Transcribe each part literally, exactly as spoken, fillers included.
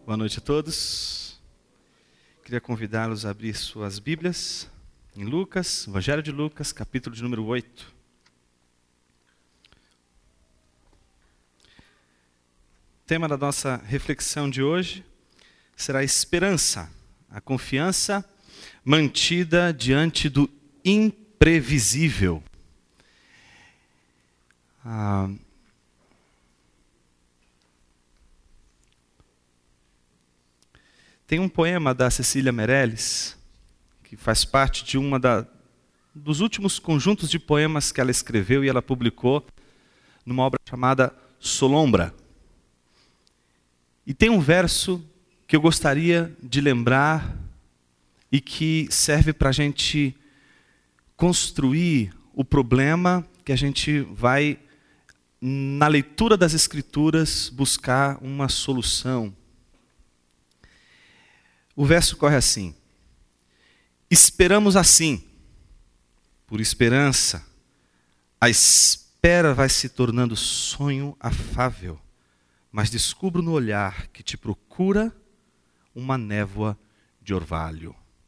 Boa noite a todos. Queria convidá-los a abrir suas Bíblias em Lucas, Evangelho de Lucas, capítulo de número oito. O tema da nossa reflexão de hoje será a esperança, a confiança mantida diante do imprevisível. Ah, Tem um poema da Cecília Meirelles, que faz parte de uma da, dos últimos conjuntos de poemas que ela escreveu e ela publicou numa obra chamada Solombra. E tem um verso que eu gostaria de lembrar e que serve para a gente construir o problema que a gente vai, na leitura das Escrituras, buscar uma solução. O verso corre assim: esperamos assim, por esperança, a espera vai se tornando sonho afável, mas descubro no olhar que te procura uma névoa de orvalho.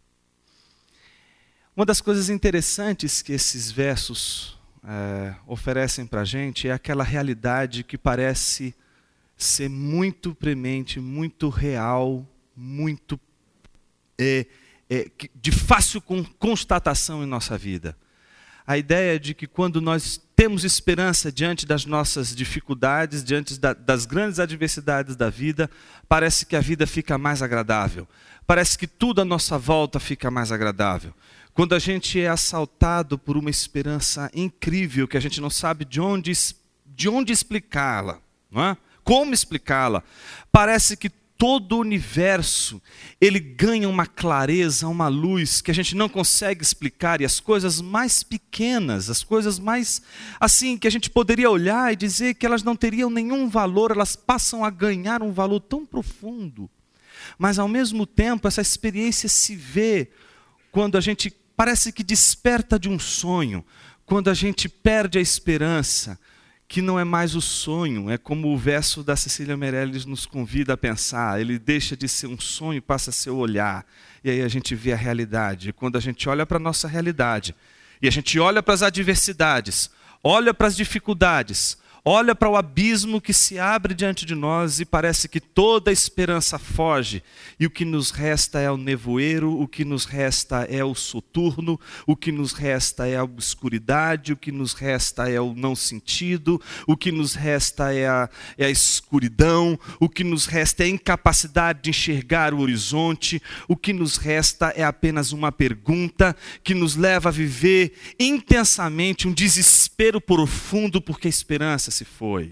Uma das coisas interessantes que esses versos é, oferecem para a gente é aquela realidade que parece ser muito premente, muito real, muito É, é, de fácil constatação em nossa vida. A ideia de que quando nós temos esperança diante das nossas dificuldades, diante da, das grandes adversidades da vida, parece que a vida fica mais agradável. Parece que tudo à nossa volta fica mais agradável. Quando a gente é assaltado por uma esperança incrível, que a gente não sabe de onde, de onde explicá-la, não é? Como explicá-la, parece que todo o universo, ele ganha uma clareza, uma luz que a gente não consegue explicar, e as coisas mais pequenas, as coisas mais, assim, que a gente poderia olhar e dizer que elas não teriam nenhum valor, elas passam a ganhar um valor tão profundo. Mas ao mesmo tempo, essa experiência se vê quando a gente parece que desperta de um sonho, quando a gente perde a esperança, que não é mais o sonho, é como o verso da Cecília Meirelles nos convida a pensar. Ele deixa de ser um sonho e passa a ser o olhar. E aí a gente vê a realidade. E quando a gente olha para a nossa realidade, e a gente olha para as adversidades, olha para as dificuldades, olha para o abismo que se abre diante de nós e parece que toda a esperança foge. E o que nos resta é o nevoeiro, o que nos resta é o soturno, o que nos resta é a obscuridade, o que nos resta é o não sentido, o que nos resta é a, é a escuridão, o que nos resta é a incapacidade de enxergar o horizonte, o que nos resta é apenas uma pergunta que nos leva a viver intensamente um desespero profundo porque a esperança se foi.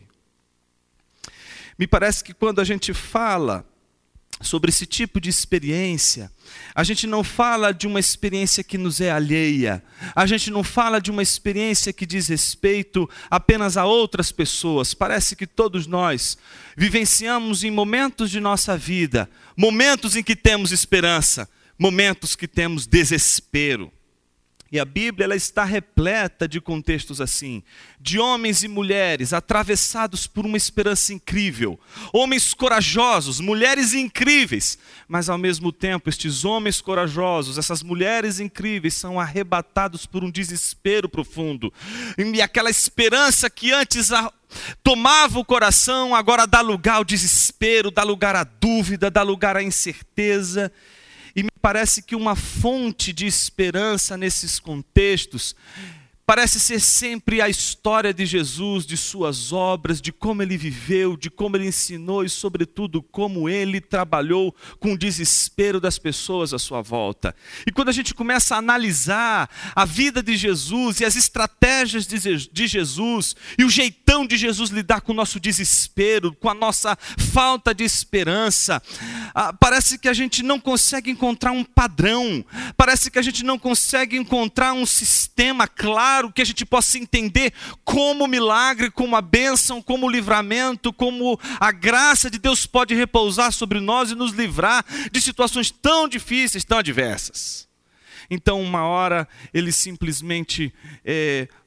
Me parece que quando a gente fala sobre esse tipo de experiência, a gente não fala de uma experiência que nos é alheia, a gente não fala de uma experiência que diz respeito apenas a outras pessoas. Parece que todos nós vivenciamos em momentos de nossa vida, momentos em que temos esperança, momentos que temos desespero. E a Bíblia ela está repleta de contextos assim, de homens e mulheres atravessados por uma esperança incrível, homens corajosos, mulheres incríveis, mas ao mesmo tempo estes homens corajosos, essas mulheres incríveis são arrebatados por um desespero profundo, e aquela esperança que antes a tomava o coração, agora dá lugar ao desespero, dá lugar à dúvida, dá lugar à incerteza. E me parece que uma fonte de esperança nesses contextos parece ser sempre a história de Jesus, de suas obras, de como ele viveu, de como ele ensinou e, sobretudo, como ele trabalhou com o desespero das pessoas à sua volta. E quando a gente começa a analisar a vida de Jesus e as estratégias de Jesus e o jeitão de Jesus lidar com o nosso desespero, com a nossa falta de esperança, parece que a gente não consegue encontrar um padrão, parece que a gente não consegue encontrar um sistema claro que a gente possa entender como o milagre, como a bênção, como o livramento, como a graça de Deus pode repousar sobre nós e nos livrar de situações tão difíceis, tão adversas. Então uma hora ele simplesmente é,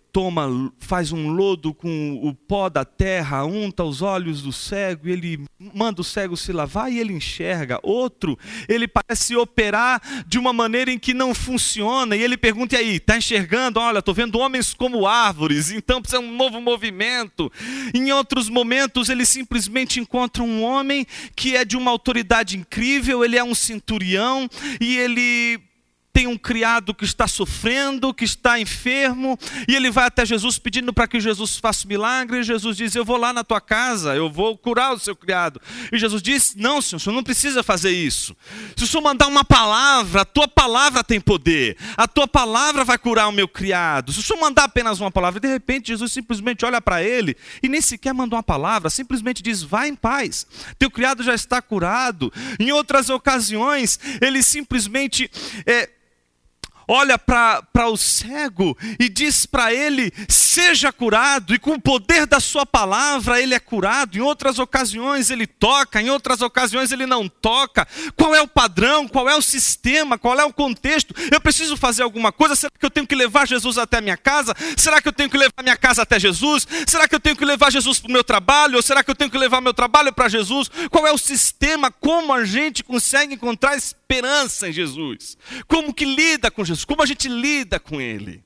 toma, faz um lodo com o pó da terra, unta os olhos do cego, e ele manda o cego se lavar e ele enxerga. Outro, ele parece operar de uma maneira em que não funciona, e ele pergunta: e aí, está enxergando? Olha, estou vendo homens como árvores, então precisa de um novo movimento. Em outros momentos, ele simplesmente encontra um homem que é de uma autoridade incrível, ele é um centurião, e ele tem um criado que está sofrendo, que está enfermo, e ele vai até Jesus pedindo para que Jesus faça o milagre, e Jesus diz: eu vou lá na tua casa, eu vou curar o seu criado. E Jesus diz: não, senhor, o senhor não precisa fazer isso. Se o senhor mandar uma palavra, a tua palavra tem poder, a tua palavra vai curar o meu criado. Se o senhor mandar apenas uma palavra, de repente Jesus simplesmente olha para ele, e nem sequer mandou uma palavra, simplesmente diz: vai em paz, teu criado já está curado. Em outras ocasiões, ele simplesmente é, olha para o cego e diz para ele: seja curado, e com o poder da sua palavra ele é curado. Em outras ocasiões ele toca, em outras ocasiões ele não toca. Qual é o padrão? Qual é o sistema? Qual é o contexto? Eu preciso fazer alguma coisa? Será que eu tenho que levar Jesus até a minha casa? Será que eu tenho que levar minha casa até Jesus? Será que eu tenho que levar Jesus para o meu trabalho? Ou será que eu tenho que levar meu trabalho para Jesus? Qual é o sistema? Como a gente consegue encontrar esperança em Jesus? Como que lida com Jesus? Como a gente lida com Ele?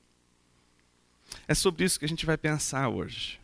É sobre isso que a gente vai pensar hoje.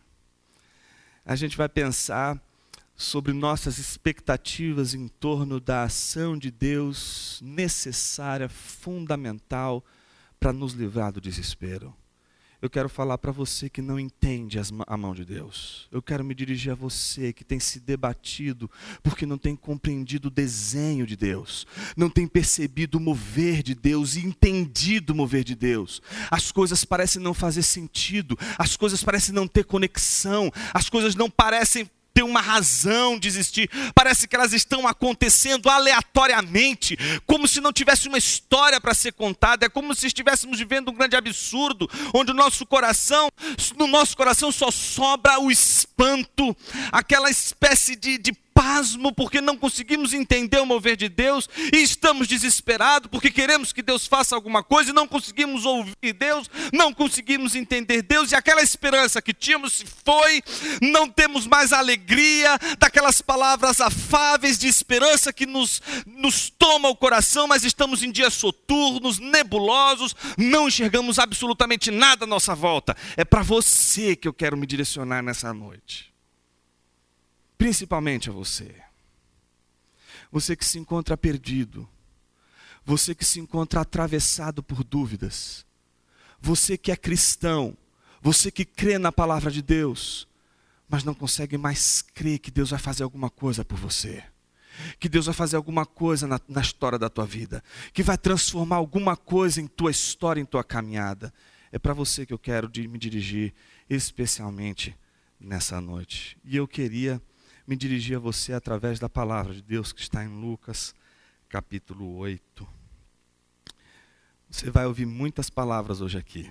A gente vai pensar sobre nossas expectativas em torno da ação de Deus necessária, fundamental, para nos livrar do desespero. Eu quero falar para você que não entende as, a mão de Deus. Eu quero me dirigir a você que tem se debatido porque não tem compreendido o desenho de Deus, não tem percebido o mover de Deus e entendido o mover de Deus. As coisas parecem não fazer sentido, as coisas parecem não ter conexão, as coisas não parecem ter uma razão de existir, parece que elas estão acontecendo aleatoriamente, como se não tivesse uma história para ser contada. É como se estivéssemos vivendo um grande absurdo, onde o nosso coração, no nosso coração só sobra o espanto, aquela espécie de, de pasmo, porque não conseguimos entender o mover de Deus, e estamos desesperados, porque queremos que Deus faça alguma coisa, e não conseguimos ouvir Deus, não conseguimos entender Deus, e aquela esperança que tínhamos se foi, não temos mais a alegria daquelas palavras afáveis de esperança que nos, nos toma o coração, mas estamos em dias soturnos, nebulosos, não enxergamos absolutamente nada à nossa volta. É para você que eu quero me direcionar nessa noite. Principalmente a você. Você que se encontra perdido. Você que se encontra atravessado por dúvidas. Você que é cristão. Você que crê na palavra de Deus, mas não consegue mais crer que Deus vai fazer alguma coisa por você. Que Deus vai fazer alguma coisa na, na história da tua vida. Que vai transformar alguma coisa em tua história, em tua caminhada. É para você que eu quero me dirigir especialmente nessa noite. E eu queria me dirigir a você através da palavra de Deus que está em Lucas, capítulo oito. Você vai ouvir muitas palavras hoje aqui.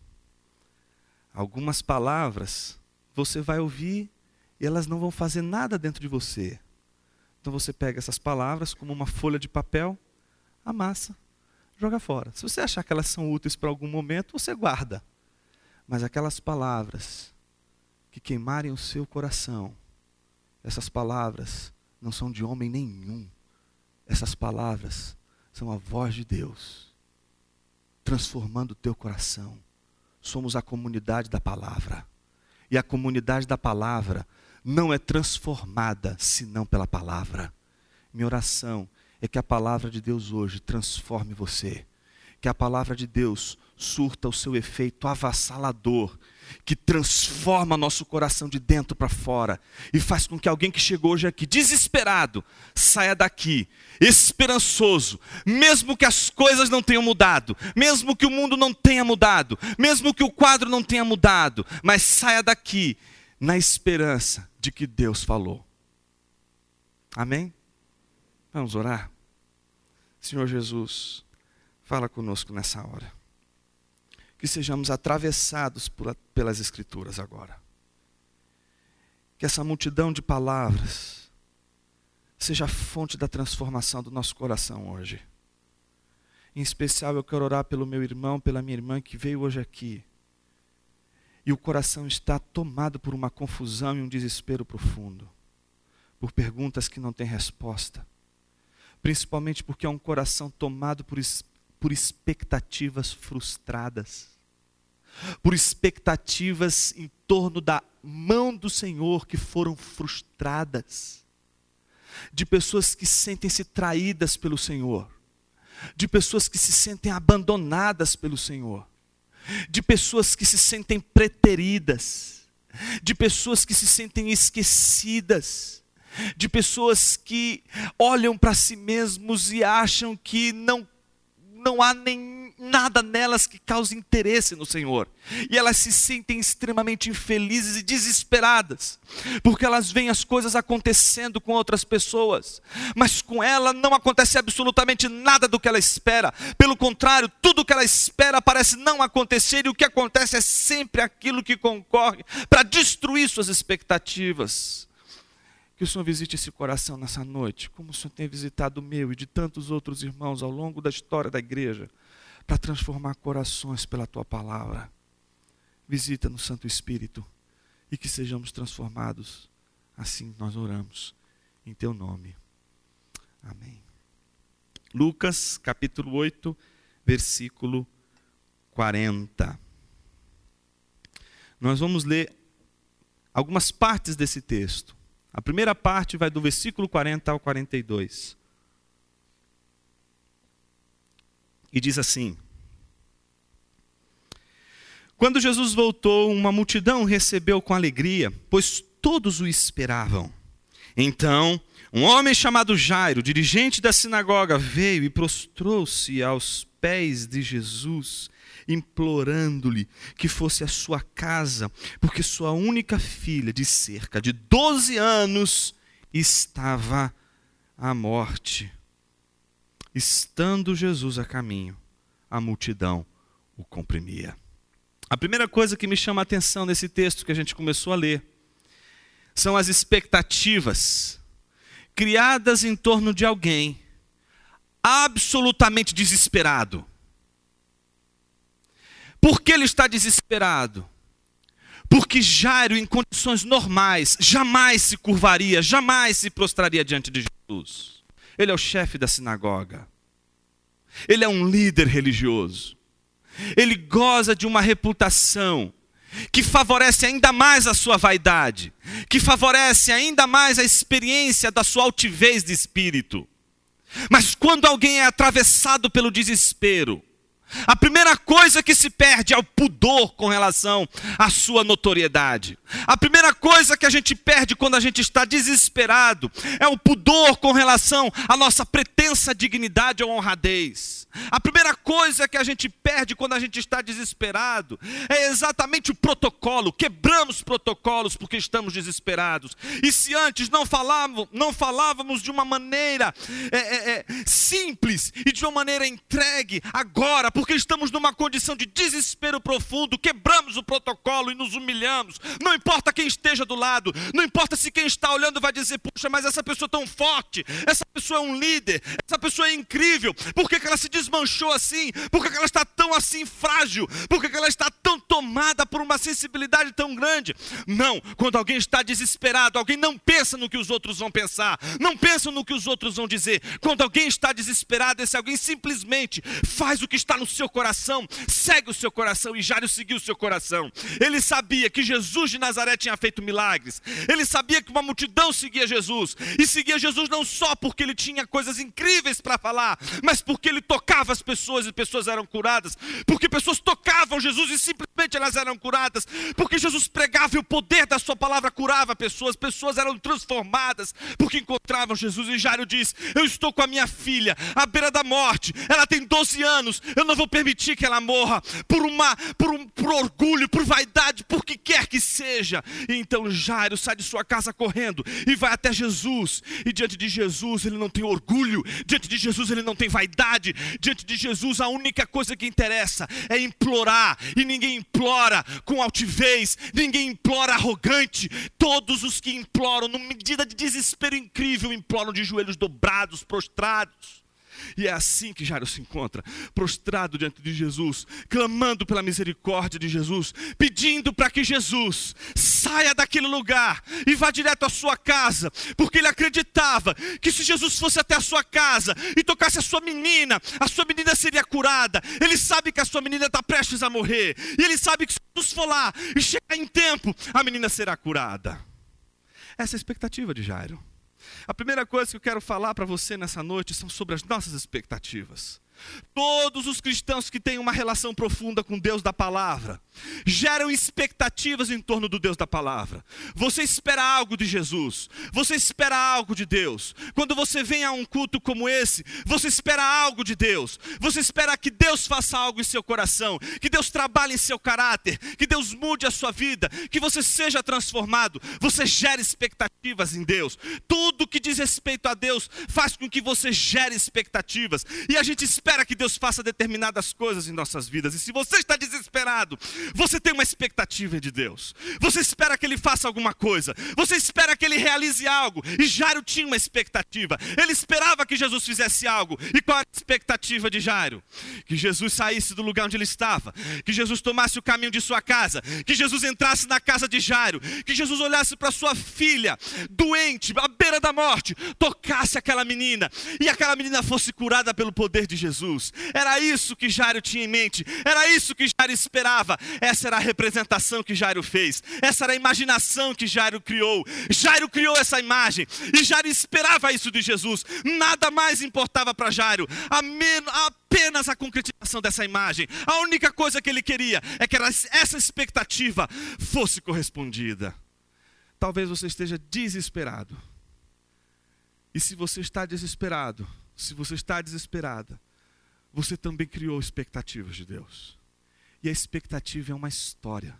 Algumas palavras você vai ouvir e elas não vão fazer nada dentro de você. Então você pega essas palavras como uma folha de papel, amassa, joga fora. Se você achar que elas são úteis para algum momento, você guarda. Mas aquelas palavras que queimarem o seu coração, essas palavras não são de homem nenhum. Essas palavras são a voz de Deus, transformando o teu coração. Somos a comunidade da palavra. E a comunidade da palavra não é transformada senão pela palavra. Minha oração é que a palavra de Deus hoje transforme você. Que a palavra de Deus surta o seu efeito avassalador, que transforma nosso coração de dentro para fora e faz com que alguém que chegou hoje aqui desesperado saia daqui esperançoso, mesmo que as coisas não tenham mudado, mesmo que o mundo não tenha mudado, mesmo que o quadro não tenha mudado, mas saia daqui na esperança de que Deus falou. Amém? Vamos orar? Senhor Jesus, fala conosco nessa hora. Que sejamos atravessados por, pelas Escrituras agora. Que essa multidão de palavras seja a fonte da transformação do nosso coração hoje. Em especial eu quero orar pelo meu irmão, pela minha irmã que veio hoje aqui. e o coração está tomado por uma confusão e um desespero profundo, por perguntas que não têm resposta, principalmente porque é um coração tomado por, por expectativas frustradas, por expectativas em torno da mão do Senhor que foram frustradas, de pessoas que sentem-se traídas pelo Senhor, de pessoas que se sentem abandonadas pelo Senhor, de pessoas que se sentem preteridas, de pessoas que se sentem esquecidas, de pessoas que olham para si mesmos e acham que não, não há nem nada nelas que cause interesse no Senhor. E elas se sentem extremamente infelizes e desesperadas, porque elas veem as coisas acontecendo com outras pessoas, mas com ela não acontece absolutamente nada do que ela espera. Pelo contrário, tudo o que ela espera parece não acontecer, e o que acontece é sempre aquilo que concorre para destruir suas expectativas. Que o Senhor visite esse coração nessa noite, como o Senhor tem visitado o meu e de tantos outros irmãos ao longo da história da igreja, para transformar corações pela Tua palavra. Visita no Santo Espírito e que sejamos transformados. Assim nós oramos em Teu nome. Amém. Lucas capítulo oito, versículo quarenta. Nós vamos ler algumas partes desse texto. A primeira parte vai do versículo quarenta ao quarenta e dois. E diz assim: quando Jesus voltou, uma multidão o recebeu com alegria, pois todos o esperavam. Então, um homem chamado Jairo, dirigente da sinagoga, veio e prostrou-se aos pés de Jesus, implorando-lhe que fosse à sua casa, porque sua única filha, de cerca de doze anos, estava à morte. Estando Jesus a caminho, a multidão o comprimia. A primeira coisa que me chama a atenção nesse texto que a gente começou a ler são as expectativas criadas em torno de alguém absolutamente desesperado. Por que ele está desesperado? Porque Jairo, em condições normais, jamais se curvaria, jamais se prostraria diante de Jesus. Ele é o chefe da sinagoga. Ele é um líder religioso. Ele goza de uma reputação que favorece ainda mais a sua vaidade, que favorece ainda mais a experiência da sua altivez de espírito. Mas quando alguém é atravessado pelo desespero, a primeira coisa que se perde é o pudor com relação à sua notoriedade. A primeira coisa que a gente perde quando a gente está desesperado é o pudor com relação à nossa pretensa dignidade ou honradez. A primeira coisa que a gente perde quando a gente está desesperado é exatamente o protocolo. Quebramos protocolos porque estamos desesperados. E se antes não falávamos, não falávamos de uma maneira é, é, é, simples e de uma maneira entregue, agora, porque estamos numa condição de desespero profundo, quebramos o protocolo e nos humilhamos. Não importa quem esteja do lado, não importa se quem está olhando vai dizer: puxa, mas essa pessoa é tão forte, essa pessoa é um líder, essa pessoa é incrível, por que que ela se desmanchou assim? Por que que ela está tão assim frágil? Por que que ela está tão tomada por uma sensibilidade tão grande? Não, quando alguém está desesperado, alguém não pensa no que os outros vão pensar, não pensa no que os outros vão dizer. Quando alguém está desesperado, esse alguém simplesmente faz o que está no seu coração, segue o seu coração. E Jairo seguiu o seu coração. Ele sabia que Jesus de Nazaré tinha feito milagres, ele sabia que uma multidão seguia Jesus, e seguia Jesus não só porque ele tinha coisas incríveis para falar, mas porque ele tocava as pessoas e pessoas eram curadas, porque pessoas tocavam Jesus e simplesmente elas eram curadas, porque Jesus pregava e o poder da sua palavra curava pessoas, pessoas eram transformadas porque encontravam Jesus. E Jairo diz: eu estou com a minha filha à beira da morte, ela tem doze anos, eu não vou permitir que ela morra por, uma, por, um, por orgulho, por vaidade, por que quer que seja. E então Jairo sai de sua casa correndo e vai até Jesus, e diante de Jesus ele não tem orgulho, diante de Jesus ele não tem vaidade, diante de Jesus a única coisa que interessa é implorar, e ninguém implora com altivez, ninguém implora arrogante. Todos os que imploram, numa medida de desespero incrível, imploram de joelhos dobrados, prostrados. E é assim que Jairo se encontra, prostrado diante de Jesus, clamando pela misericórdia de Jesus, pedindo para que Jesus saia daquele lugar e vá direto à sua casa, porque ele acreditava que se Jesus fosse até a sua casa e tocasse a sua menina, a sua menina seria curada. Ele sabe que a sua menina está prestes a morrer, e ele sabe que se Jesus for lá e chegar em tempo, a menina será curada. Essa é a expectativa de Jairo. A primeira coisa que eu quero falar para você nessa noite são sobre as nossas expectativas. Todos os cristãos que têm uma relação profunda com Deus da palavra geram expectativas em torno do Deus da palavra. Você espera algo de Jesus, você espera algo de Deus. Quando você vem a um culto como esse, você espera algo de Deus. Você espera que Deus faça algo em seu coração, que Deus trabalhe em seu caráter, que Deus mude a sua vida, que você seja transformado. Você gera expectativas em Deus. Tudo que diz respeito a Deus faz com que você gere expectativas. E a gente espera Espera que Deus faça determinadas coisas em nossas vidas. E se você está desesperado, você tem uma expectativa de Deus. Você espera que Ele faça alguma coisa. Você espera que Ele realize algo. E Jairo tinha uma expectativa. Ele esperava que Jesus fizesse algo. E qual era a expectativa de Jairo? Que Jesus saísse do lugar onde ele estava. Que Jesus tomasse o caminho de sua casa. Que Jesus entrasse na casa de Jairo. Que Jesus olhasse para sua filha, doente, à beira da morte, tocasse aquela menina. E aquela menina fosse curada pelo poder de Jesus. Jesus. Era isso que Jairo tinha em mente, era isso que Jairo esperava. Essa era a representação que Jairo fez, essa era a imaginação que Jairo criou. Jairo criou essa imagem e Jairo esperava isso de Jesus. Nada mais importava para Jairo, apenas a concretização dessa imagem. A única coisa que ele queria é que essa expectativa fosse correspondida. Talvez você esteja desesperado. E se você está desesperado, se você está desesperada, você também criou expectativas de Deus. E a expectativa é uma história.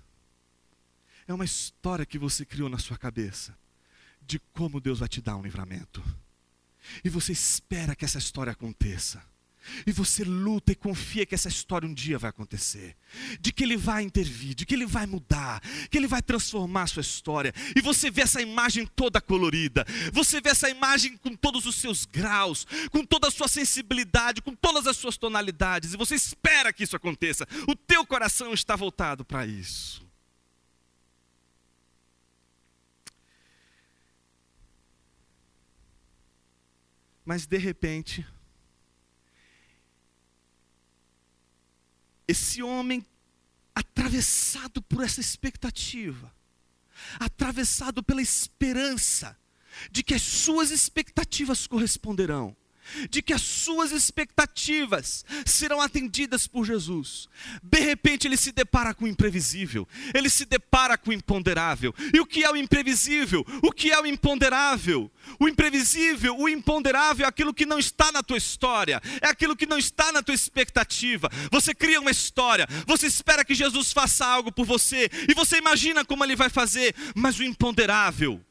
É uma história que você criou na sua cabeça, de como Deus vai te dar um livramento. E você espera que essa história aconteça. E você luta e confia que essa história um dia vai acontecer. De que Ele vai intervir, de que Ele vai mudar, que Ele vai transformar a sua história. E você vê essa imagem toda colorida. Você vê essa imagem com todos os seus graus, com toda a sua sensibilidade, com todas as suas tonalidades. E você espera que isso aconteça. O teu coração está voltado para isso. Mas de repente, esse homem, atravessado por essa expectativa, atravessado pela esperança de que as suas expectativas corresponderão, de que as suas expectativas serão atendidas por Jesus, de repente ele se depara com o imprevisível, ele se depara com o imponderável. E o que é o imprevisível? O que é o imponderável? O imprevisível, o imponderável é aquilo que não está na tua história, é aquilo que não está na tua expectativa. Você cria uma história, você espera que Jesus faça algo por você, e você imagina como Ele vai fazer, mas o imponderável,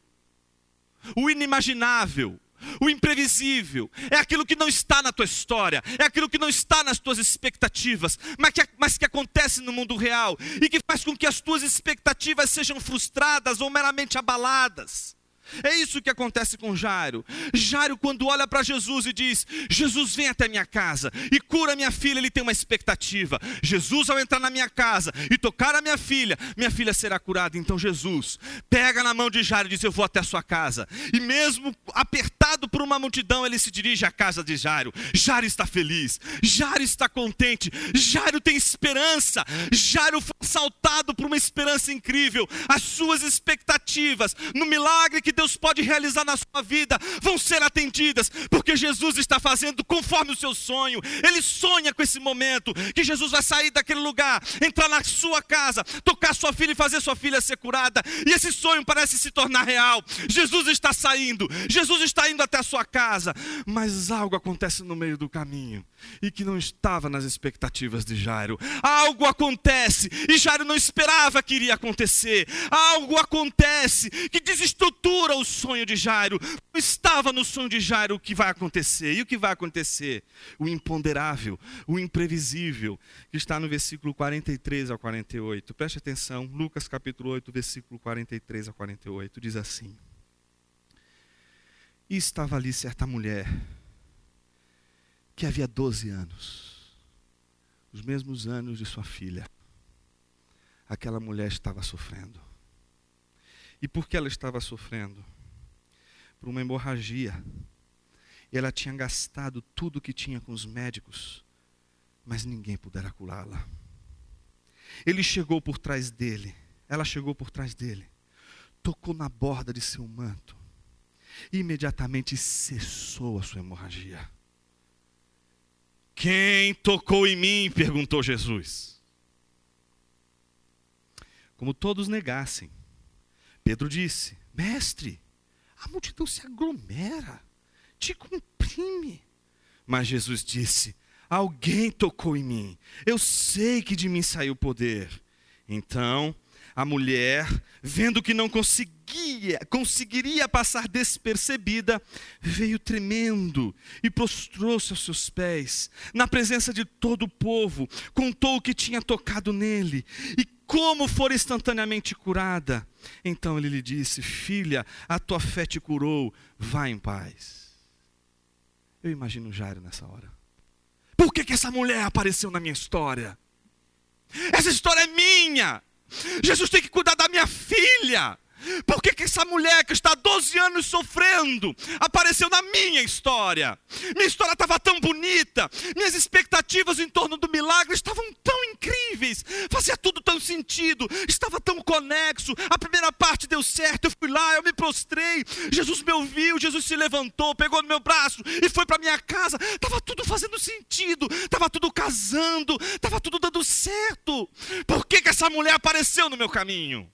o inimaginável, o imprevisível, é aquilo que não está na tua história, é aquilo que não está nas tuas expectativas, mas que, mas que acontece no mundo real, e que faz com que as tuas expectativas sejam frustradas ou meramente abaladas. É isso que acontece com Jairo. Jairo, quando olha para Jesus e diz: Jesus, vem até minha casa e cura minha filha, ele tem uma expectativa. Jesus, ao entrar na minha casa e tocar a minha filha, minha filha será curada. Então Jesus pega na mão de Jairo e diz: eu vou até a sua casa. E mesmo apertado por uma multidão, ele se dirige à casa de Jairo. Jairo está feliz, Jairo está contente, Jairo tem esperança. Jairo foi assaltado por uma esperança incrível. As suas expectativas no milagre que Deus pode realizar na sua vida vão ser atendidas, porque Jesus está fazendo conforme o seu sonho. Ele sonha com esse momento, que Jesus vai sair daquele lugar, entrar na sua casa, tocar sua filha e fazer sua filha ser curada. E esse sonho parece se tornar real. Jesus está saindo, Jesus está indo até a sua casa, mas algo acontece no meio do caminho, e que não estava nas expectativas de Jairo. Algo acontece, e Jairo não esperava que iria acontecer. Algo acontece que desestrutura o sonho de Jairo. Não estava no sonho de Jairo o que vai acontecer. E o que vai acontecer? O imponderável, o imprevisível, que está no versículo quarenta e três ao quarenta e oito. Preste atenção, Lucas capítulo oito, versículo quarenta e três a quarenta e oito, diz assim: E estava ali certa mulher que havia doze anos, os mesmos anos de sua filha, aquela mulher estava sofrendo. E por que ela estava sofrendo? Por uma hemorragia. Ela tinha gastado tudo o que tinha com os médicos, mas ninguém pudera curá-la. Ele chegou por trás dele, ela chegou por trás dele, tocou na borda de seu manto, e imediatamente cessou a sua hemorragia. Quem tocou em mim? Perguntou Jesus. Como todos negassem, Pedro disse: mestre, a multidão se aglomera, te comprime. Mas Jesus disse: alguém tocou em mim, eu sei que de mim saiu poder. Então a mulher, vendo que não conseguia, conseguiria passar despercebida, veio tremendo e prostrou-se aos seus pés, na presença de todo o povo, contou o que tinha tocado nele e como fora instantaneamente curada. Então ele lhe disse: filha, a tua fé te curou, vá em paz. Eu imagino Jairo nessa hora. Por que que essa mulher apareceu na minha história? Essa história é minha. Jesus tem que cuidar da minha filha. Por que que essa mulher que está há doze anos sofrendo apareceu na minha história? Minha história estava tão bonita, minhas expectativas em torno do milagre estavam tão incríveis, fazia tudo tão sentido, estava tão conexo. A primeira parte deu certo, eu fui lá, eu me prostrei, Jesus me ouviu, Jesus se levantou, pegou no meu braço e foi para minha casa. Estava tudo fazendo sentido, estava tudo casando, estava tudo dando certo. Por que que essa mulher apareceu no meu caminho?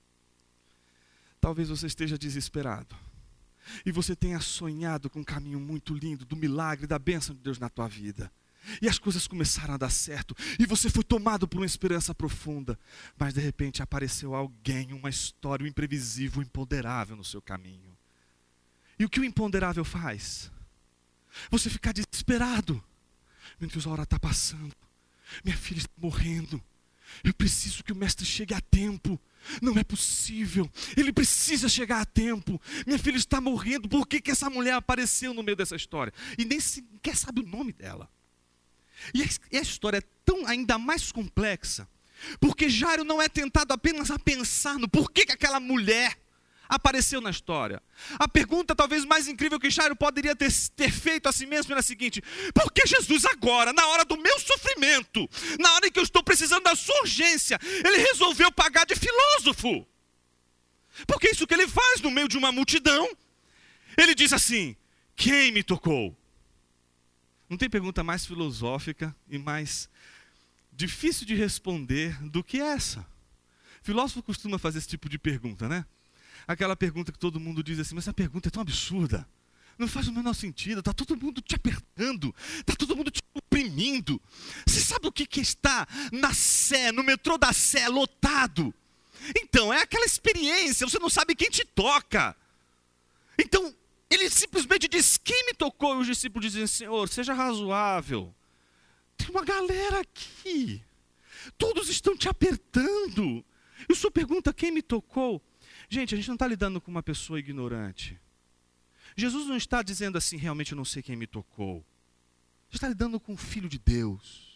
Talvez você esteja desesperado e você tenha sonhado com um caminho muito lindo do milagre, da bênção de Deus na tua vida. E as coisas começaram a dar certo e você foi tomado por uma esperança profunda. Mas de repente apareceu alguém, uma história, um imprevisível, um imponderável no seu caminho. E o que o imponderável faz? Você ficar desesperado. Meu Deus, a hora está passando. Minha filha está morrendo. Eu preciso que o mestre chegue a tempo. Não é possível, ele precisa chegar a tempo. Minha filha está morrendo, por que que essa mulher apareceu no meio dessa história? E nem sequer sabe o nome dela. E a história é tão ainda mais complexa, porque Jairo não é tentado apenas a pensar no porquê que aquela mulher apareceu na história. A pergunta talvez mais incrível que Jairo poderia ter, ter feito a si mesmo era a seguinte: por que Jesus agora, na hora do meu sofrimento, na hora em que eu estou precisando da sua urgência, ele resolveu pagar de filósofo? Porque é isso que ele faz no meio de uma multidão. Ele diz assim: quem me tocou? Não tem pergunta mais filosófica e mais difícil de responder do que essa. Filósofo costuma fazer esse tipo de pergunta, né? Aquela pergunta que todo mundo diz assim: mas essa pergunta é tão absurda, não faz o menor sentido, está todo mundo te apertando, está todo mundo te oprimindo. Você sabe o que que está na Sé, no metrô da Sé, lotado? Então, é aquela experiência, você não sabe quem te toca. Então, ele simplesmente diz: quem me tocou? E os discípulos dizem: Senhor, seja razoável, tem uma galera aqui, todos estão te apertando. E o Senhor pergunta: quem me tocou? Gente, a gente não está lidando com uma pessoa ignorante. Jesus não está dizendo assim: realmente eu não sei quem me tocou. Ele está lidando com o Filho de Deus.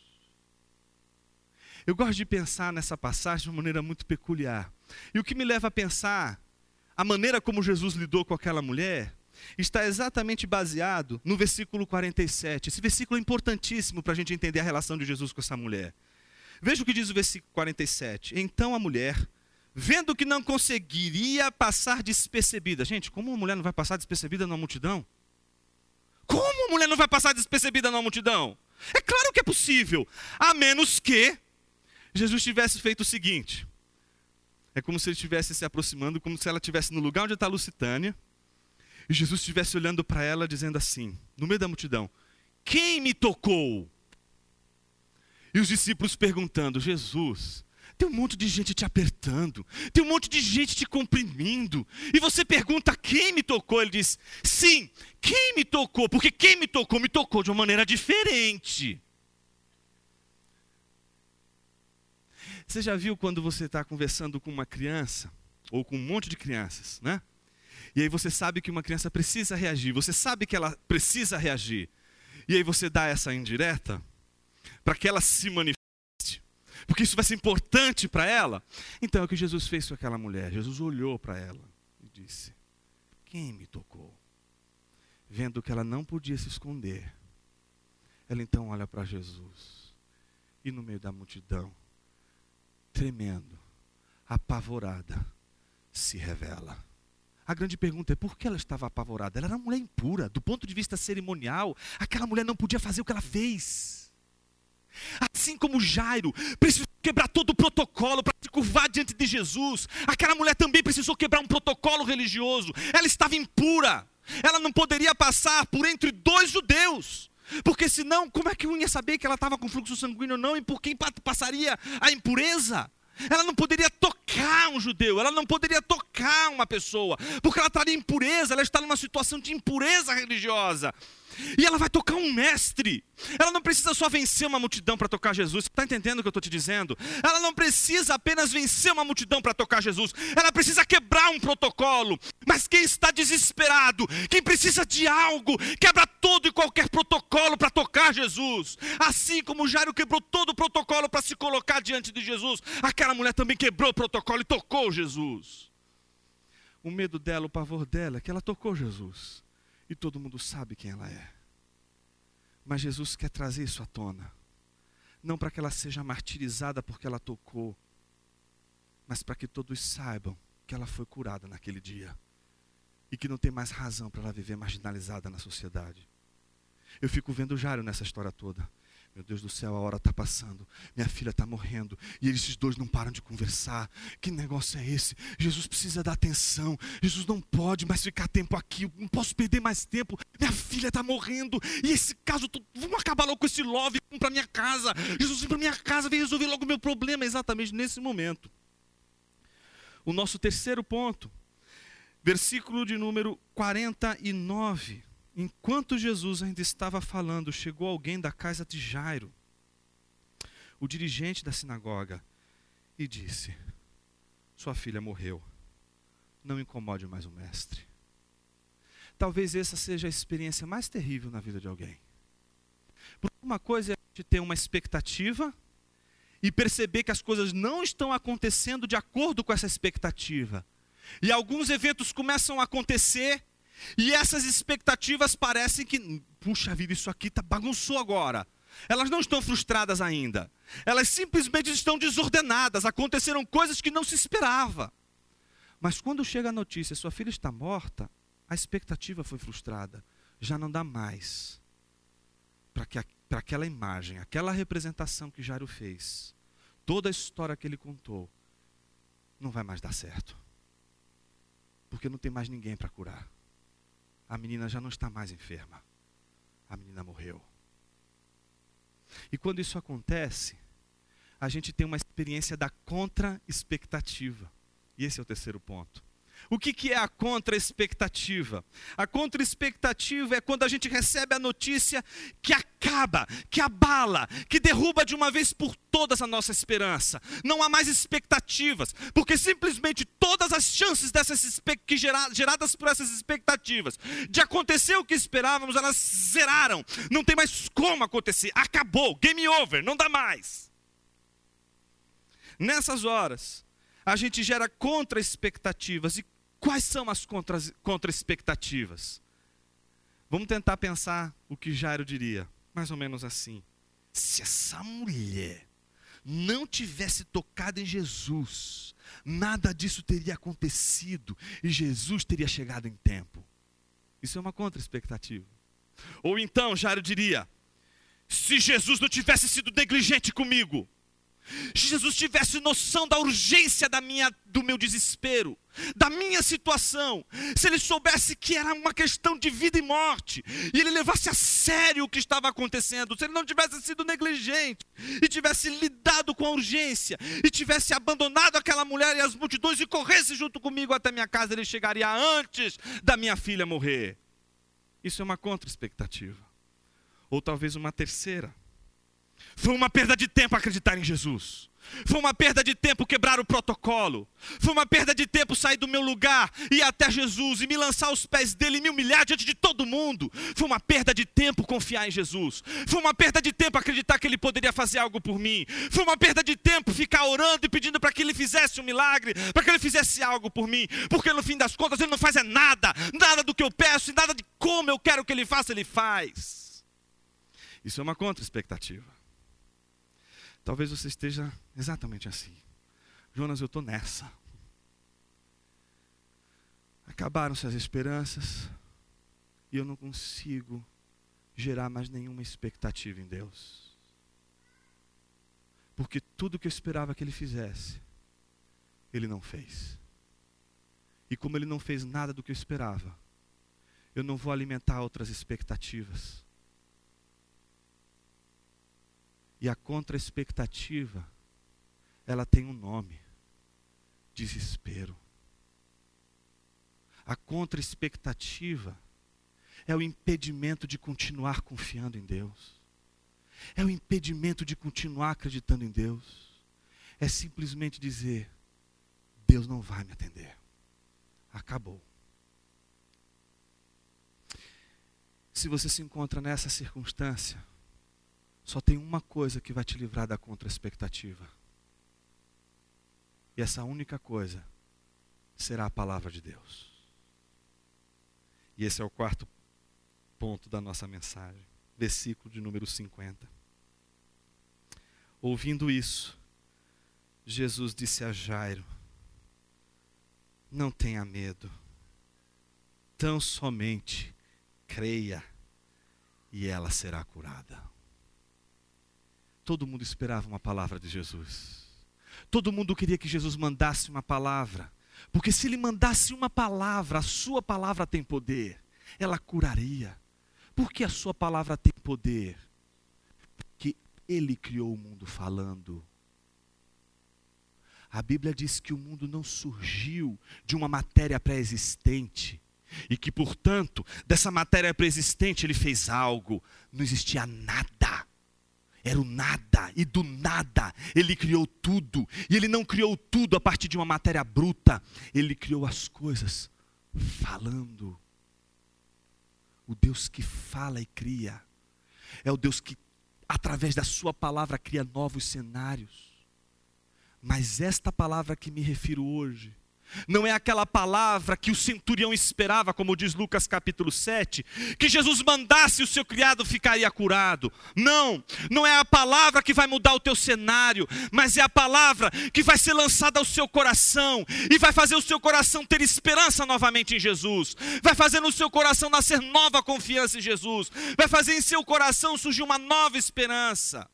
Eu gosto de pensar nessa passagem de uma maneira muito peculiar. E o que me leva a pensar a maneira como Jesus lidou com aquela mulher está exatamente baseado no versículo quarenta e sete. Esse versículo é importantíssimo para a gente entender a relação de Jesus com essa mulher. Veja o que diz o versículo quarenta e sete. Então a mulher, vendo que não conseguiria passar despercebida. Gente, como uma mulher não vai passar despercebida numa multidão? Como uma mulher não vai passar despercebida numa multidão? É claro que é possível, a menos que Jesus tivesse feito o seguinte. É como se ele estivesse se aproximando, como se ela estivesse no lugar onde está a Lusitânia, e Jesus estivesse olhando para ela dizendo assim, no meio da multidão: quem me tocou? E os discípulos perguntando: Jesus, tem um monte de gente te apertando, tem um monte de gente te comprimindo, e você pergunta: quem me tocou? Ele diz: sim, quem me tocou? Porque quem me tocou, me tocou de uma maneira diferente. Você já viu quando você está conversando com uma criança, ou com um monte de crianças, né? E aí você sabe que uma criança precisa reagir, você sabe que ela precisa reagir. E aí você dá essa indireta para que ela se manifeste, porque isso vai ser importante para ela. Então é o que Jesus fez com aquela mulher. Jesus olhou para ela e disse: quem me tocou? Vendo que ela não podia se esconder, ela então olha para Jesus e no meio da multidão, tremendo, apavorada, se revela. A grande pergunta é: por que ela estava apavorada? Ela era uma mulher impura. Do ponto de vista cerimonial, aquela mulher não podia fazer o que ela fez. Assim como Jairo precisou quebrar todo o protocolo para se curvar diante de Jesus, aquela mulher também precisou quebrar um protocolo religioso. Ela estava impura. Ela não poderia passar por entre dois judeus, porque senão, como é que um ia saber que ela estava com fluxo sanguíneo ou não, e por quem passaria a impureza? Ela não poderia tocar um judeu, ela não poderia tocar uma pessoa, porque ela estaria em impureza, ela está numa situação de impureza religiosa. E ela vai tocar um mestre. Ela não precisa só vencer uma multidão para tocar Jesus. Você está entendendo o que eu estou te dizendo? Ela não precisa apenas vencer uma multidão para tocar Jesus. Ela precisa quebrar um protocolo. Mas quem está desesperado, quem precisa de algo, quebra todo e qualquer protocolo para tocar Jesus. Assim como Jairo quebrou todo o protocolo para se colocar diante de Jesus, aquela mulher também quebrou o protocolo e tocou Jesus. O medo dela, o pavor dela é que ela tocou Jesus. E todo mundo sabe quem ela é. Mas Jesus quer trazer isso à tona. Não para que ela seja martirizada porque ela tocou, mas para que todos saibam que ela foi curada naquele dia. E que não tem mais razão para ela viver marginalizada na sociedade. Eu fico vendo Jairo nessa história toda. Meu Deus do céu, a hora está passando. Minha filha está morrendo. E esses dois não param de conversar. Que negócio é esse? Jesus precisa dar atenção. Jesus não pode mais ficar tempo aqui. Eu não posso perder mais tempo. Minha filha está morrendo. E esse caso, tô... vamos acabar logo com esse love. Vamos para minha casa. Jesus, vem para minha casa. Vem resolver logo o meu problema. Exatamente nesse momento. O nosso terceiro ponto. Versículo de número quarenta e nove. Enquanto Jesus ainda estava falando, chegou alguém da casa de Jairo, o dirigente da sinagoga, e disse: sua filha morreu, não incomode mais o mestre. Talvez essa seja a experiência mais terrível na vida de alguém. Porque uma coisa é a gente ter uma expectativa e perceber que as coisas não estão acontecendo de acordo com essa expectativa. E alguns eventos começam a acontecer, e essas expectativas parecem que, puxa vida, isso aqui tá, bagunçou agora. Elas não estão frustradas ainda. Elas simplesmente estão desordenadas. Aconteceram coisas que não se esperava. Mas quando chega a notícia, sua filha está morta, a expectativa foi frustrada. Já não dá mais para que, para aquela imagem, aquela representação que Jairo fez, toda a história que ele contou, não vai mais dar certo. Porque não tem mais ninguém para curar. A menina já não está mais enferma. A menina morreu. E quando isso acontece, a gente tem uma experiência da contra-expectativa. E esse é o terceiro ponto. O que, que é a contra-expectativa? A contra-expectativa é quando a gente recebe a notícia que acaba, que abala, que derruba de uma vez por todas a nossa esperança. Não há mais expectativas, porque simplesmente todas as chances dessas que gera, geradas por essas expectativas de acontecer o que esperávamos, elas zeraram. Não tem mais como acontecer. Acabou, game over, não dá mais. Nessas horas, a gente gera contra-expectativas. E quais são as contra-expectativas? Vamos tentar pensar o que Jairo diria. Mais ou menos assim: se essa mulher não tivesse tocado em Jesus, nada disso teria acontecido e Jesus teria chegado em tempo. Isso é uma contra-expectativa. Ou então Jairo diria: se Jesus não tivesse sido negligente comigo, se Jesus tivesse noção da urgência da minha, do meu desespero, da minha situação, se ele soubesse que era uma questão de vida e morte, e ele levasse a sério o que estava acontecendo, se ele não tivesse sido negligente, e tivesse lidado com a urgência, e tivesse abandonado aquela mulher e as multidões, e corresse junto comigo até minha casa, ele chegaria antes da minha filha morrer. Isso é uma contra-expectativa. Ou talvez uma terceira: foi uma perda de tempo acreditar em Jesus. Foi uma perda de tempo quebrar o protocolo. Foi uma perda de tempo sair do meu lugar, ir até Jesus e me lançar aos pés dele e me humilhar diante de todo mundo. Foi uma perda de tempo confiar em Jesus. Foi uma perda de tempo acreditar que ele poderia fazer algo por mim. Foi uma perda de tempo ficar orando e pedindo para que ele fizesse um milagre, para que ele fizesse algo por mim. Porque no fim das contas ele não faz é nada. Nada do que eu peço e nada de como eu quero que ele faça, ele faz. Isso é uma contra-expectativa. Talvez você esteja exatamente assim. Jonas, eu estou nessa. Acabaram-se as esperanças e eu não consigo gerar mais nenhuma expectativa em Deus. Porque tudo que eu esperava que ele fizesse, ele não fez. E como ele não fez nada do que eu esperava, eu não vou alimentar outras expectativas. E a contra-expectativa, ela tem um nome: desespero. A contra-expectativa é o impedimento de continuar confiando em Deus. É o impedimento de continuar acreditando em Deus. É simplesmente dizer: Deus não vai me atender. Acabou. Se você se encontra nessa circunstância, só tem uma coisa que vai te livrar da contra-expectativa. E essa única coisa será a palavra de Deus. E esse é o quarto ponto da nossa mensagem. Versículo de número cinquenta. Ouvindo isso, Jesus disse a Jairo: não tenha medo, tão somente creia e ela será curada. Todo mundo esperava uma palavra de Jesus. Todo mundo queria que Jesus mandasse uma palavra. Porque se ele mandasse uma palavra, a sua palavra tem poder. Ela curaria. Por que a sua palavra tem poder? Porque ele criou o mundo falando. A Bíblia diz que o mundo não surgiu de uma matéria pré-existente. E que, portanto, dessa matéria pré-existente ele fez algo. Não existia nada. Era o nada, e do nada ele criou tudo. E ele não criou tudo a partir de uma matéria bruta. Ele criou as coisas falando. O Deus que fala e cria é o Deus que, através da sua palavra, cria novos cenários. Mas esta palavra que me refiro hoje não é aquela palavra que o centurião esperava, como diz Lucas capítulo sete, que Jesus mandasse o seu criado ficaria curado. Não, não é a palavra que vai mudar o teu cenário, mas é a palavra que vai ser lançada ao seu coração e vai fazer o seu coração ter esperança novamente em Jesus. Vai fazer no seu coração nascer nova confiança em Jesus. Vai fazer em seu coração surgir uma nova esperança.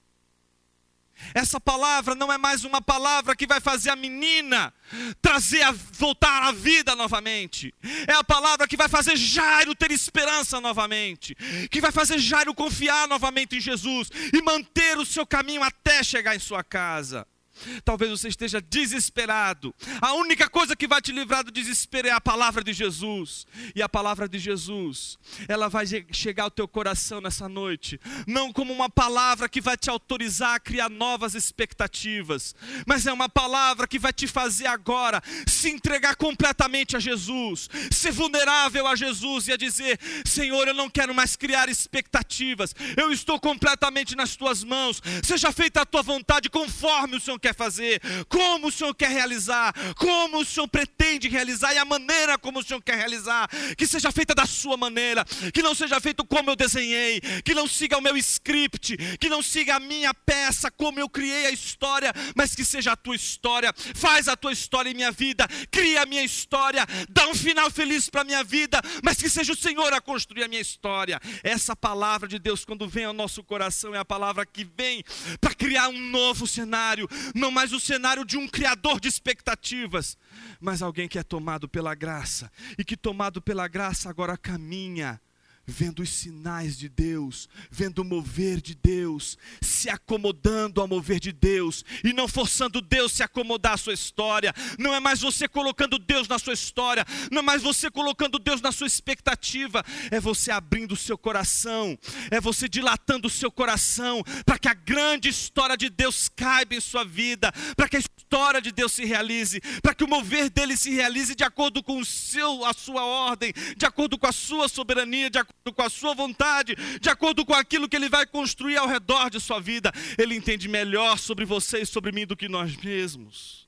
Essa palavra não é mais uma palavra que vai fazer a menina trazer a, voltar à vida novamente. É a palavra que vai fazer Jairo ter esperança novamente. Que vai fazer Jairo confiar novamente em Jesus e manter o seu caminho até chegar em sua casa. Talvez você esteja desesperado. A única coisa que vai te livrar do desespero é a palavra de Jesus. E a palavra de Jesus, ela vai chegar ao teu coração nessa noite, não como uma palavra que vai te autorizar a criar novas expectativas, mas é uma palavra que vai te fazer agora se entregar completamente a Jesus, ser vulnerável a Jesus e a dizer: Senhor, eu não quero mais criar expectativas, eu estou completamente nas tuas mãos, seja feita a tua vontade conforme o Senhor quer fazer, como o Senhor quer realizar, como o Senhor pretende realizar e a maneira como o Senhor quer realizar, que seja feita da sua maneira, que não seja feito como eu desenhei, que não siga o meu script, que não siga a minha peça, como eu criei a história, mas que seja a tua história. Faz a tua história em minha vida, cria a minha história, dá um final feliz para a minha vida, mas que seja o Senhor a construir a minha história. Essa palavra de Deus, quando vem ao nosso coração, é a palavra que vem para criar um novo cenário, não mais o cenário de um criador de expectativas, mas alguém que é tomado pela graça, e que tomado pela graça agora caminha vendo os sinais de Deus, vendo o mover de Deus, se acomodando ao mover de Deus, e não forçando Deus se acomodar à sua história. Não é mais você colocando Deus na sua história, não é mais você colocando Deus na sua expectativa, é você abrindo o seu coração, é você dilatando o seu coração, para que a grande história de Deus caiba em sua vida, para que a história de Deus se realize, para que o mover dele se realize de acordo com o seu, a sua ordem, de acordo com a sua soberania, de acordo com a sua vontade, de acordo com aquilo que ele vai construir ao redor de sua vida. Ele entende melhor sobre você e sobre mim do que nós mesmos.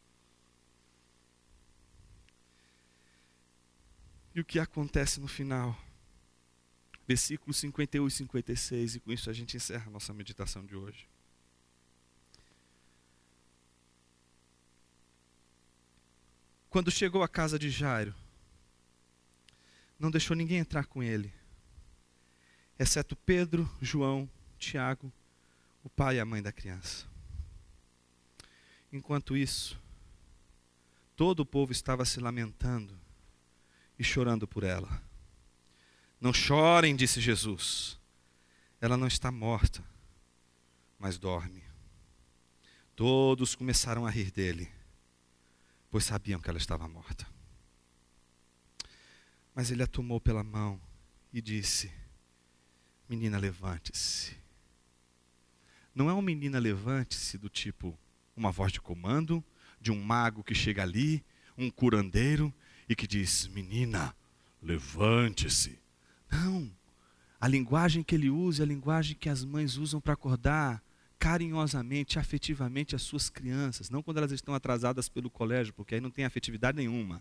E o que acontece no final? Versículos cinquenta e um e cinquenta e seis, e com isso a gente encerra a nossa meditação de hoje. Quando chegou à casa de Jairo, não deixou ninguém entrar com ele, exceto Pedro, João, Tiago, o pai e a mãe da criança. Enquanto isso, todo o povo estava se lamentando e chorando por ela. Não chorem, disse Jesus. Ela não está morta, mas dorme. Todos começaram a rir dele, pois sabiam que ela estava morta. Mas ele a tomou pela mão e disse: menina, levante-se. Não é um menina, levante-se do tipo uma voz de comando, de um mago que chega ali, um curandeiro, e que diz: menina, levante-se. Não, a linguagem que ele usa é a linguagem que as mães usam para acordar carinhosamente, afetivamente as suas crianças, não quando elas estão atrasadas pelo colégio, porque aí não tem afetividade nenhuma.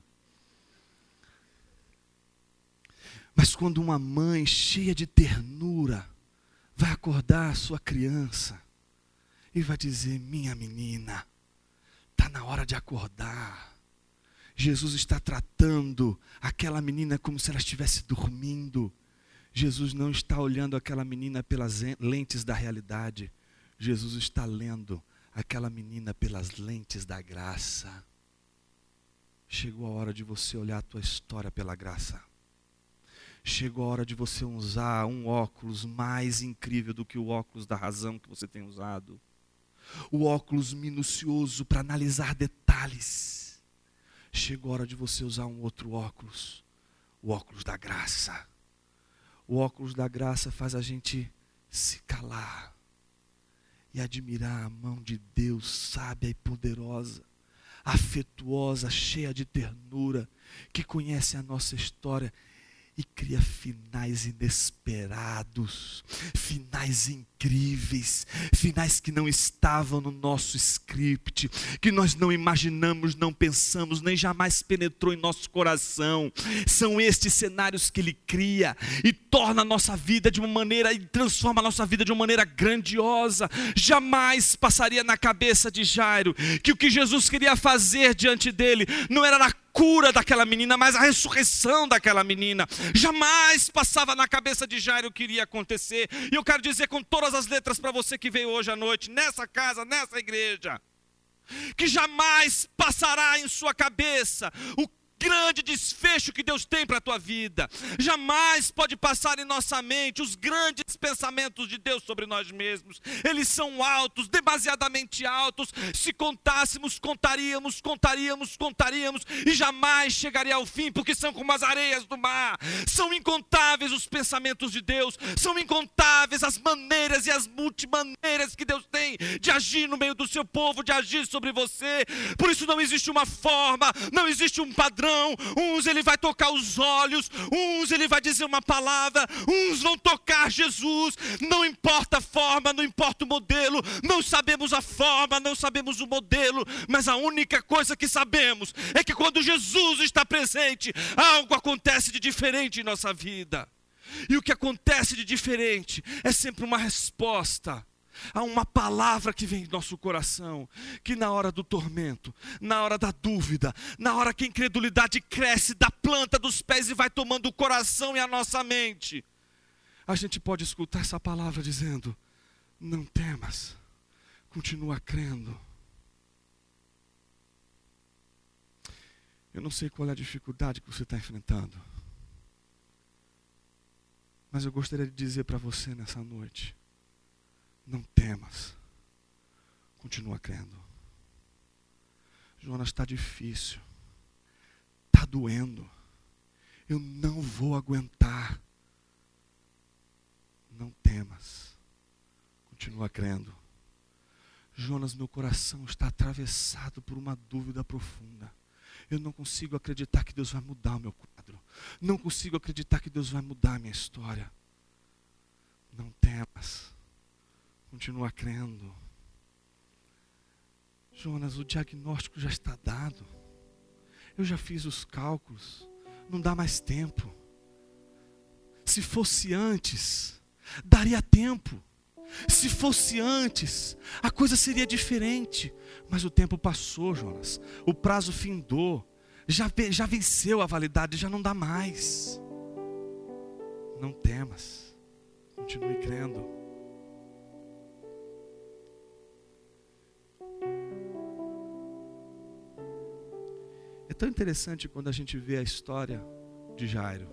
Mas quando uma mãe cheia de ternura vai acordar a sua criança e vai dizer: minha menina, está na hora de acordar. Jesus está tratando aquela menina como se ela estivesse dormindo. Jesus não está olhando aquela menina pelas lentes da realidade. Jesus está lendo aquela menina pelas lentes da graça. Chegou a hora de você olhar a tua história pela graça. Chegou a hora de você usar um óculos mais incrível do que o óculos da razão que você tem usado. O óculos minucioso para analisar detalhes. Chegou a hora de você usar um outro óculos. O óculos da graça. O óculos da graça faz a gente se calar e admirar a mão de Deus sábia e poderosa, afetuosa, cheia de ternura, que conhece a nossa história e cria finais inesperados, finais incríveis, finais que não estavam no nosso script, que nós não imaginamos, não pensamos, nem jamais penetrou em nosso coração. São estes cenários que Ele cria e torna a nossa vida de uma maneira, e transforma a nossa vida de uma maneira grandiosa. Jamais passaria na cabeça de Jairo que o que Jesus queria fazer diante dele não era na cura daquela menina, mas a ressurreição daquela menina. Jamais passava na cabeça de Jairo o que iria acontecer. E eu quero dizer com todas as letras para você que veio hoje à noite, nessa casa, nessa igreja, que jamais passará em sua cabeça o grande desfecho que Deus tem para a tua vida. Jamais pode passar em nossa mente os grandes pensamentos de Deus sobre nós mesmos. Eles são altos, demasiadamente altos. Se contássemos, contaríamos, contaríamos, contaríamos e jamais chegaria ao fim, porque são como as areias do mar. São incontáveis os pensamentos de Deus, são incontáveis as maneiras e as multimaneiras que Deus tem de agir no meio do seu povo, de agir sobre você. Por isso não existe uma forma, não existe um padrão. Uns Ele vai tocar os olhos, uns Ele vai dizer uma palavra, uns vão tocar Jesus. Não importa a forma, não importa o modelo, não sabemos a forma, não sabemos o modelo, mas a única coisa que sabemos é que quando Jesus está presente, algo acontece de diferente em nossa vida. E o que acontece de diferente é sempre uma resposta há uma palavra que vem em nosso coração, que na hora do tormento, na hora da dúvida, na hora que a incredulidade cresce da planta dos pés e vai tomando o coração e a nossa mente, a gente pode escutar essa palavra dizendo: não temas, continua crendo. Eu não sei qual é a dificuldade que você está enfrentando, Mas eu gostaria de dizer para você nessa noite, não temas, continua crendo. Jonas, está difícil, está doendo, eu não vou aguentar. Não temas, continua crendo. Jonas, meu coração está atravessado por uma dúvida profunda. Eu não consigo acreditar que Deus vai mudar o meu quadro. Não consigo acreditar que Deus vai mudar a minha história. Não temas, continua crendo. Jonas, o diagnóstico já está dado. Eu já fiz os cálculos, não dá mais tempo. Se fosse antes, daria tempo. Se fosse antes, a coisa seria diferente. Mas o tempo passou, Jonas. O prazo findou. Já, já venceu a validade, já não dá mais. Não temas. Continue crendo. É tão interessante quando a gente vê a história de Jairo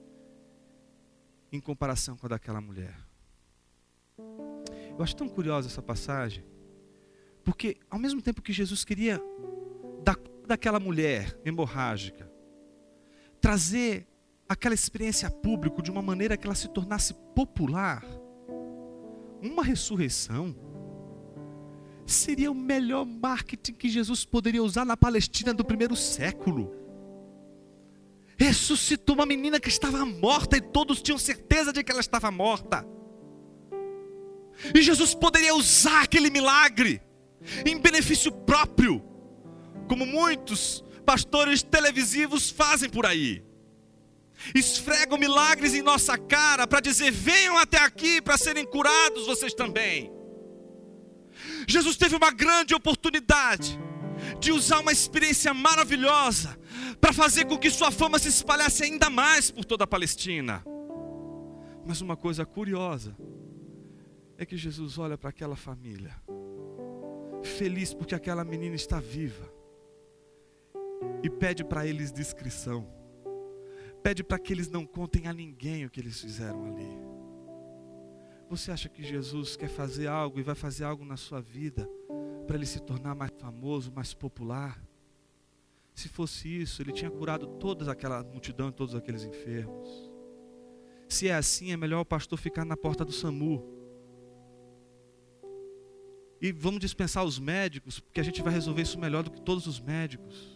em comparação com a daquela mulher. Eu acho tão curiosa essa passagem, porque ao mesmo tempo que Jesus queria dar daquela mulher hemorrágica, trazer aquela experiência a público de uma maneira que ela se tornasse popular, uma ressurreição seria o melhor marketing que Jesus poderia usar na Palestina do primeiro século. Ressuscitou uma menina que estava morta e todos tinham certeza de que ela estava morta. E Jesus poderia usar aquele milagre em benefício próprio, como muitos pastores televisivos fazem por aí. Esfregam milagres em nossa cara para dizer: venham até aqui para serem curados vocês também. Jesus teve uma grande oportunidade de usar uma experiência maravilhosa para fazer com que sua fama se espalhasse ainda mais por toda a Palestina. Mas uma coisa curiosa é que Jesus olha para aquela família, feliz porque aquela menina está viva, e pede para eles discrição, pede para que eles não contem a ninguém o que eles fizeram ali. Você acha que Jesus quer fazer algo e vai fazer algo na sua vida para ele se tornar mais famoso, mais popular? Se fosse isso, ele tinha curado toda aquela multidão e todos aqueles enfermos. Se é assim, é melhor o pastor ficar na porta do SAMU. E vamos dispensar os médicos, porque a gente vai resolver isso melhor do que todos os médicos.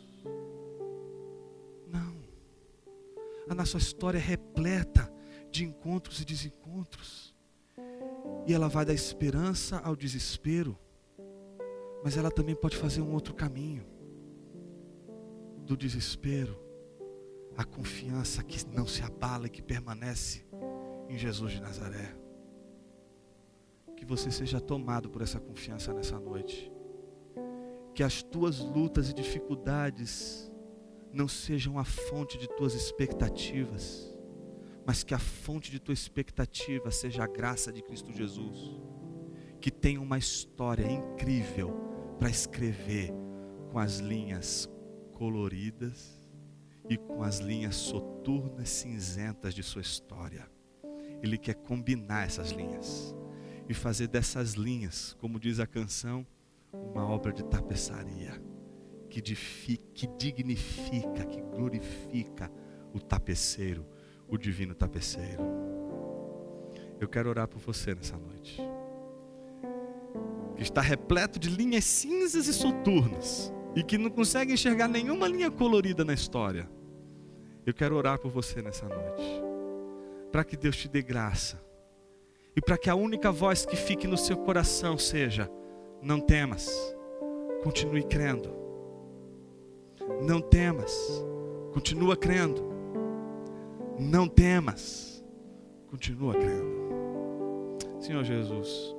Não. A nossa história é repleta de encontros e desencontros. E ela vai da esperança ao desespero. Mas ela também pode fazer um outro caminho. Do desespero à confiança que não se abala e que permanece em Jesus de Nazaré. Que você seja tomado por essa confiança nessa noite. Que as tuas lutas e dificuldades não sejam a fonte de tuas expectativas, mas que a fonte de tua expectativa seja a graça de Cristo Jesus, que tem uma história incrível para escrever com as linhas coloridas e com as linhas soturnas cinzentas de sua história. Ele quer combinar essas linhas e fazer dessas linhas, como diz a canção, uma obra de tapeçaria que, edifica, que dignifica, que glorifica o tapeceiro, o divino tapeceiro. Eu quero orar por você nessa noite, que está repleto de linhas cinzas e soturnas e que não consegue enxergar nenhuma linha colorida na história. Eu quero orar por você nessa noite, para que Deus te dê graça e para que a única voz que fique no seu coração seja: não temas, continue crendo. Não temas, continua crendo. Não temas, continua crendo. Senhor Jesus,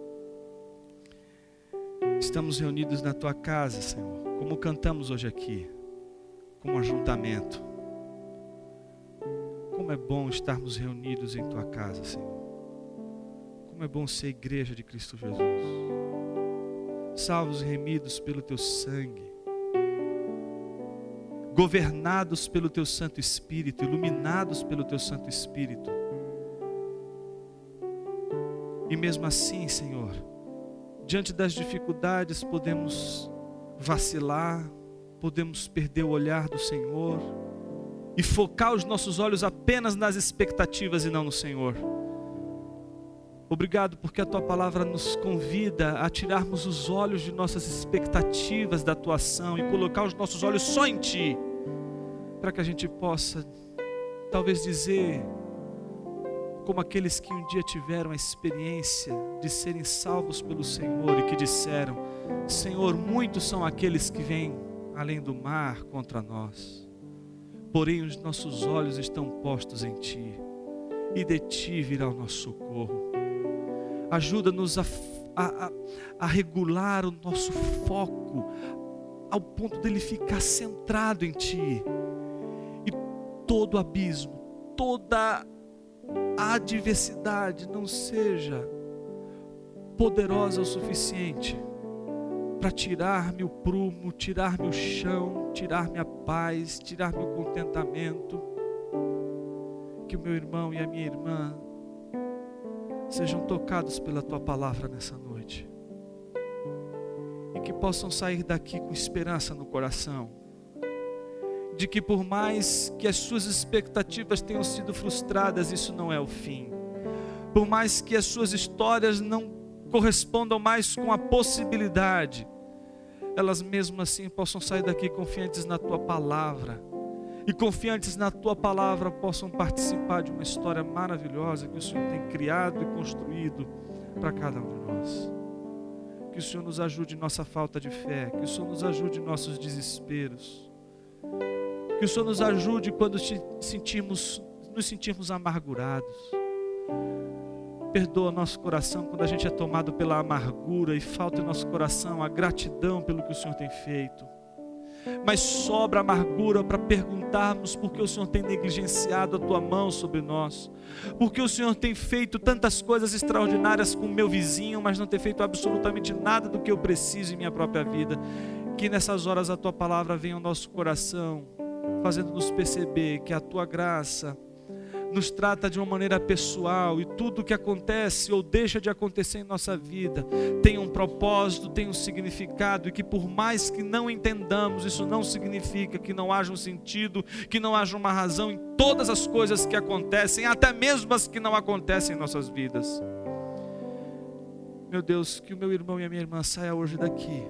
estamos reunidos na Tua casa, Senhor, como cantamos hoje aqui, como ajuntamento. Como é bom estarmos reunidos em Tua casa, Senhor. Como é bom ser igreja de Cristo Jesus. Salvos e remidos pelo Teu sangue, governados pelo Teu Santo Espírito, iluminados pelo Teu Santo Espírito, E mesmo assim, Senhor, diante das dificuldades podemos vacilar, podemos perder o olhar do Senhor e focar os nossos olhos apenas nas expectativas e não no Senhor. Obrigado porque a Tua palavra nos convida a tirarmos os olhos de nossas expectativas da Tua ação e colocar os nossos olhos só em Ti, para que a gente possa talvez dizer, como aqueles que um dia tiveram a experiência de serem salvos pelo Senhor e que disseram: Senhor, muitos são aqueles que vêm além do mar contra nós, porém os nossos olhos estão postos em Ti, e de Ti virá o nosso socorro. Ajuda-nos a, a, a regular o nosso foco ao ponto dele ficar centrado em Ti, e todo abismo, toda a adversidade não seja poderosa o suficiente para tirar-me o prumo, tirar-me o chão, tirar-me a paz, tirar-me o contentamento. Que o meu irmão e a minha irmã sejam tocados pela Tua palavra nessa noite, e que possam sair daqui com esperança no coração, de que por mais que as suas expectativas tenham sido frustradas, isso não é o fim. Por mais que as suas histórias não correspondam mais com a possibilidade, elas mesmo assim possam sair daqui confiantes na Tua palavra, e confiantes na Tua palavra possam participar de uma história maravilhosa que o Senhor tem criado e construído para cada um de nós. Que o Senhor nos ajude em nossa falta de fé, que o Senhor nos ajude em nossos desesperos, que o Senhor nos ajude quando sentimos, nos sentirmos amargurados. Perdoa nosso coração quando a gente é tomado pela amargura e falta em nosso coração a gratidão pelo que o Senhor tem feito. Mas sobra amargura para perguntarmos por que o Senhor tem negligenciado a Tua mão sobre nós, porque o Senhor tem feito tantas coisas extraordinárias com o meu vizinho, mas não tem feito absolutamente nada do que eu preciso em minha própria vida. Que nessas horas a Tua palavra venha ao nosso coração, fazendo-nos perceber que a Tua graça nos trata de uma maneira pessoal, e tudo que acontece ou deixa de acontecer em nossa vida tem um propósito, tem um significado, e que por mais que não entendamos, isso não significa que não haja um sentido, que não haja uma razão em todas as coisas que acontecem, até mesmo as que não acontecem em nossas vidas. Meu Deus, que o meu irmão e a minha irmã saia hoje daqui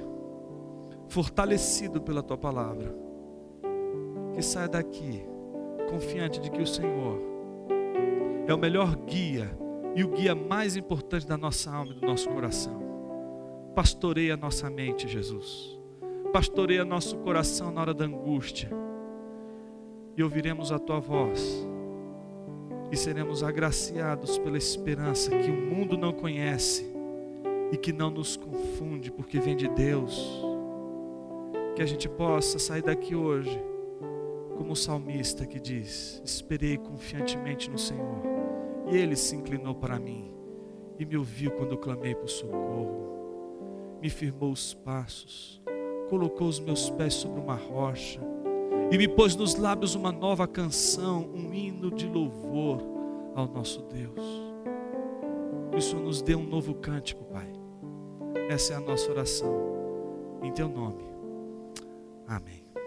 fortalecido pela Tua palavra, que saia daqui confiante de que o Senhor é o melhor guia e o guia mais importante da nossa alma e do nosso coração. Pastoreia a nossa mente, Jesus. Pastoreia nosso coração na hora da angústia, e ouviremos a Tua voz e seremos agraciados pela esperança que o mundo não conhece e que não nos confunde, porque vem de Deus. Que a gente possa sair daqui hoje como o salmista que diz: esperei confiantemente no Senhor, e Ele se inclinou para mim e me ouviu quando eu clamei por socorro. Me firmou os passos, colocou os meus pés sobre uma rocha e me pôs nos lábios uma nova canção, um hino de louvor ao nosso Deus. Que o Senhor nos dê um novo cântico, Pai. Essa é a nossa oração, em Teu nome. Amém.